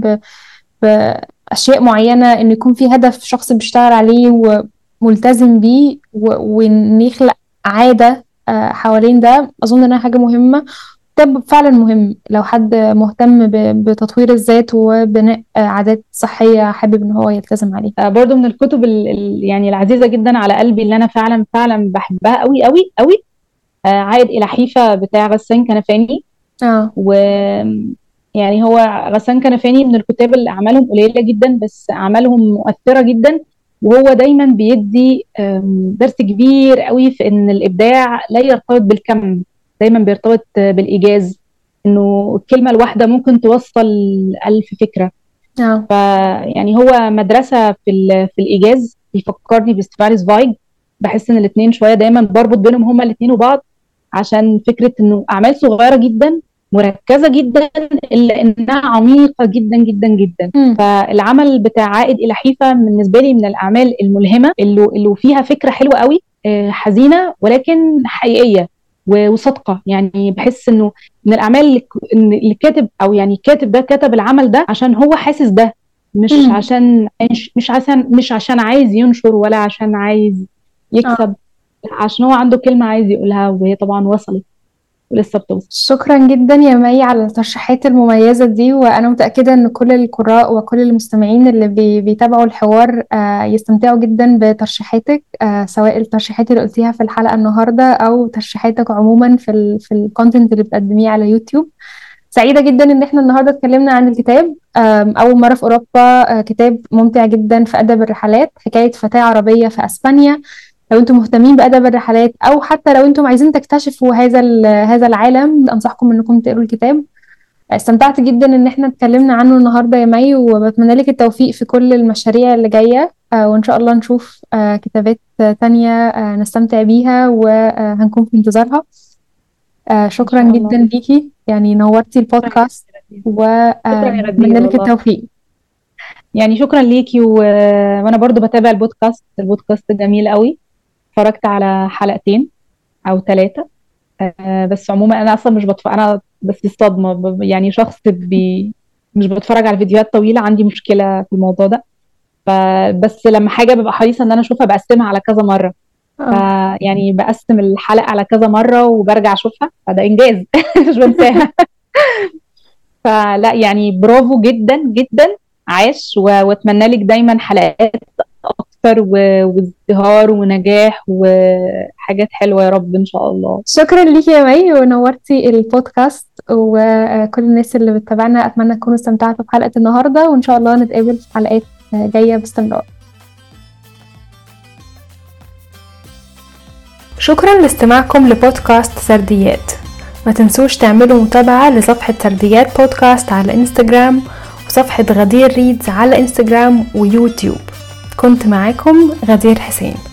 بأشياء معينة، إن يكون في هدف شخص بيشتغل عليه وملتزم بيه، وإن يخلق عادة حوالين ده. أظن إنها حاجة مهمة، ده فعلا مهم لو حد مهتم بتطوير الذات وبناء عادات صحية حابب إن هو يلتزم عليها. برضو من الكتب يعني العزيزة جدا على قلبي، اللي أنا فعلا فعلا بحبها قوي قوي قوي، عائد إلى حيفا بتاع غسان كنفاني. و يعني هو غسان كنفاني من الكتاب اللي أعمالهم قليلة جدا بس أعمالهم مؤثرة جدا، وهو دايما بيدي درس كبير قوي في إن الإبداع لا يرتبط بالكم، دايما بيرتبط بالإيجاز، إنه الكلمة الواحدة ممكن توصل 1000 فكرة. فيعني هو مدرسة في الإيجاز، بيفكرني باستفاني زوايج. بحس إن الاثنين شوية دايما بربط بينهم هما الاثنين وبعض، عشان فكرة إنه أعمال صغيرة جدا مركزة جدا إلا إنها عميقة جدا جدا جدا. فالعمل بتاع عائد إلى حيفا بالنسبة لي من الأعمال الملهمة، اللي فيها فكرة حلوة قوي، حزينة ولكن حقيقية وصادقة. يعني بحس إنه من الأعمال اللي كاتب، أو يعني كاتب ده كتب العمل ده عشان هو حاسس ده، مش عشان عايز ينشر ولا عشان عايز يكسب، عشان هو عنده كلمة عايز يقولها، وهي طبعا وصلت ولسه بتوصل. شكرا جدا يا مي على الترشيحات المميزة دي، وأنا متأكدة أن كل القراء وكل المستمعين اللي بيتابعوا الحوار يستمتعوا جدا بترشيحاتك، سواء الترشيحات اللي قلتيها في الحلقة النهاردة أو ترشيحاتك عموما في الكونتنت اللي بتقدميه على يوتيوب. سعيدة جدا ان احنا النهاردة اتكلمنا عن الكتاب أول مرة في أوروبا، كتاب ممتع جدا في أدب الرحلات، حكاية فتاة عربية في أسبانيا. لو انتم مهتمين بأدب الرحلات، أو حتى لو انتم عايزين تكتشفوا هذا العالم، أنصحكم انكم تقروا الكتاب. استمتعت جدا ان احنا اتكلمنا عنه النهاردة يا مي، وبتمنى لك التوفيق في كل المشاريع اللي جاية، وإن شاء الله نشوف كتابات تانية نستمتع بيها وهنكون في انتظارها. شكرا جدا ليكي، يعني نورتي البودكاست، وأتمنى لك التوفيق. يعني شكرا ليكي، وانا برضو بتابع البودكاست جميل قوي. اتفرجت على 2 أو 3، بس عموما انا اصلا مش بتفرج، انا بس الصدمه يعني شخص مش بتفرج على فيديوهات طويله، عندي مشكله في الموضوع ده. بس لما حاجه ببقى حريصه ان انا اشوفها بقسمها على كذا مره، يعني بقسم الحلقه على كذا مره وبرجع اشوفها، فده انجاز مش بنساها. فلا يعني برافو جدا جدا، عاش، واتمنى لك دايما حلقات اكتر وازدهار ونجاح وحاجات حلوه يا رب ان شاء الله. شكرا ليكي يا مي، ونورتي البودكاست، وكل الناس اللي بتتابعنا اتمنى تكونوا استمتعتوا بحلقه النهارده، وان شاء الله نتقابل في حلقات جايه باستمرار. شكرا لاستماعكم لبودكاست سرديات. ما تنسوش تعملوا متابعة لصفحة سرديات بودكاست على انستجرام، وصفحة غدير ريدز على انستجرام ويوتيوب. كنت معاكم غدير حسين.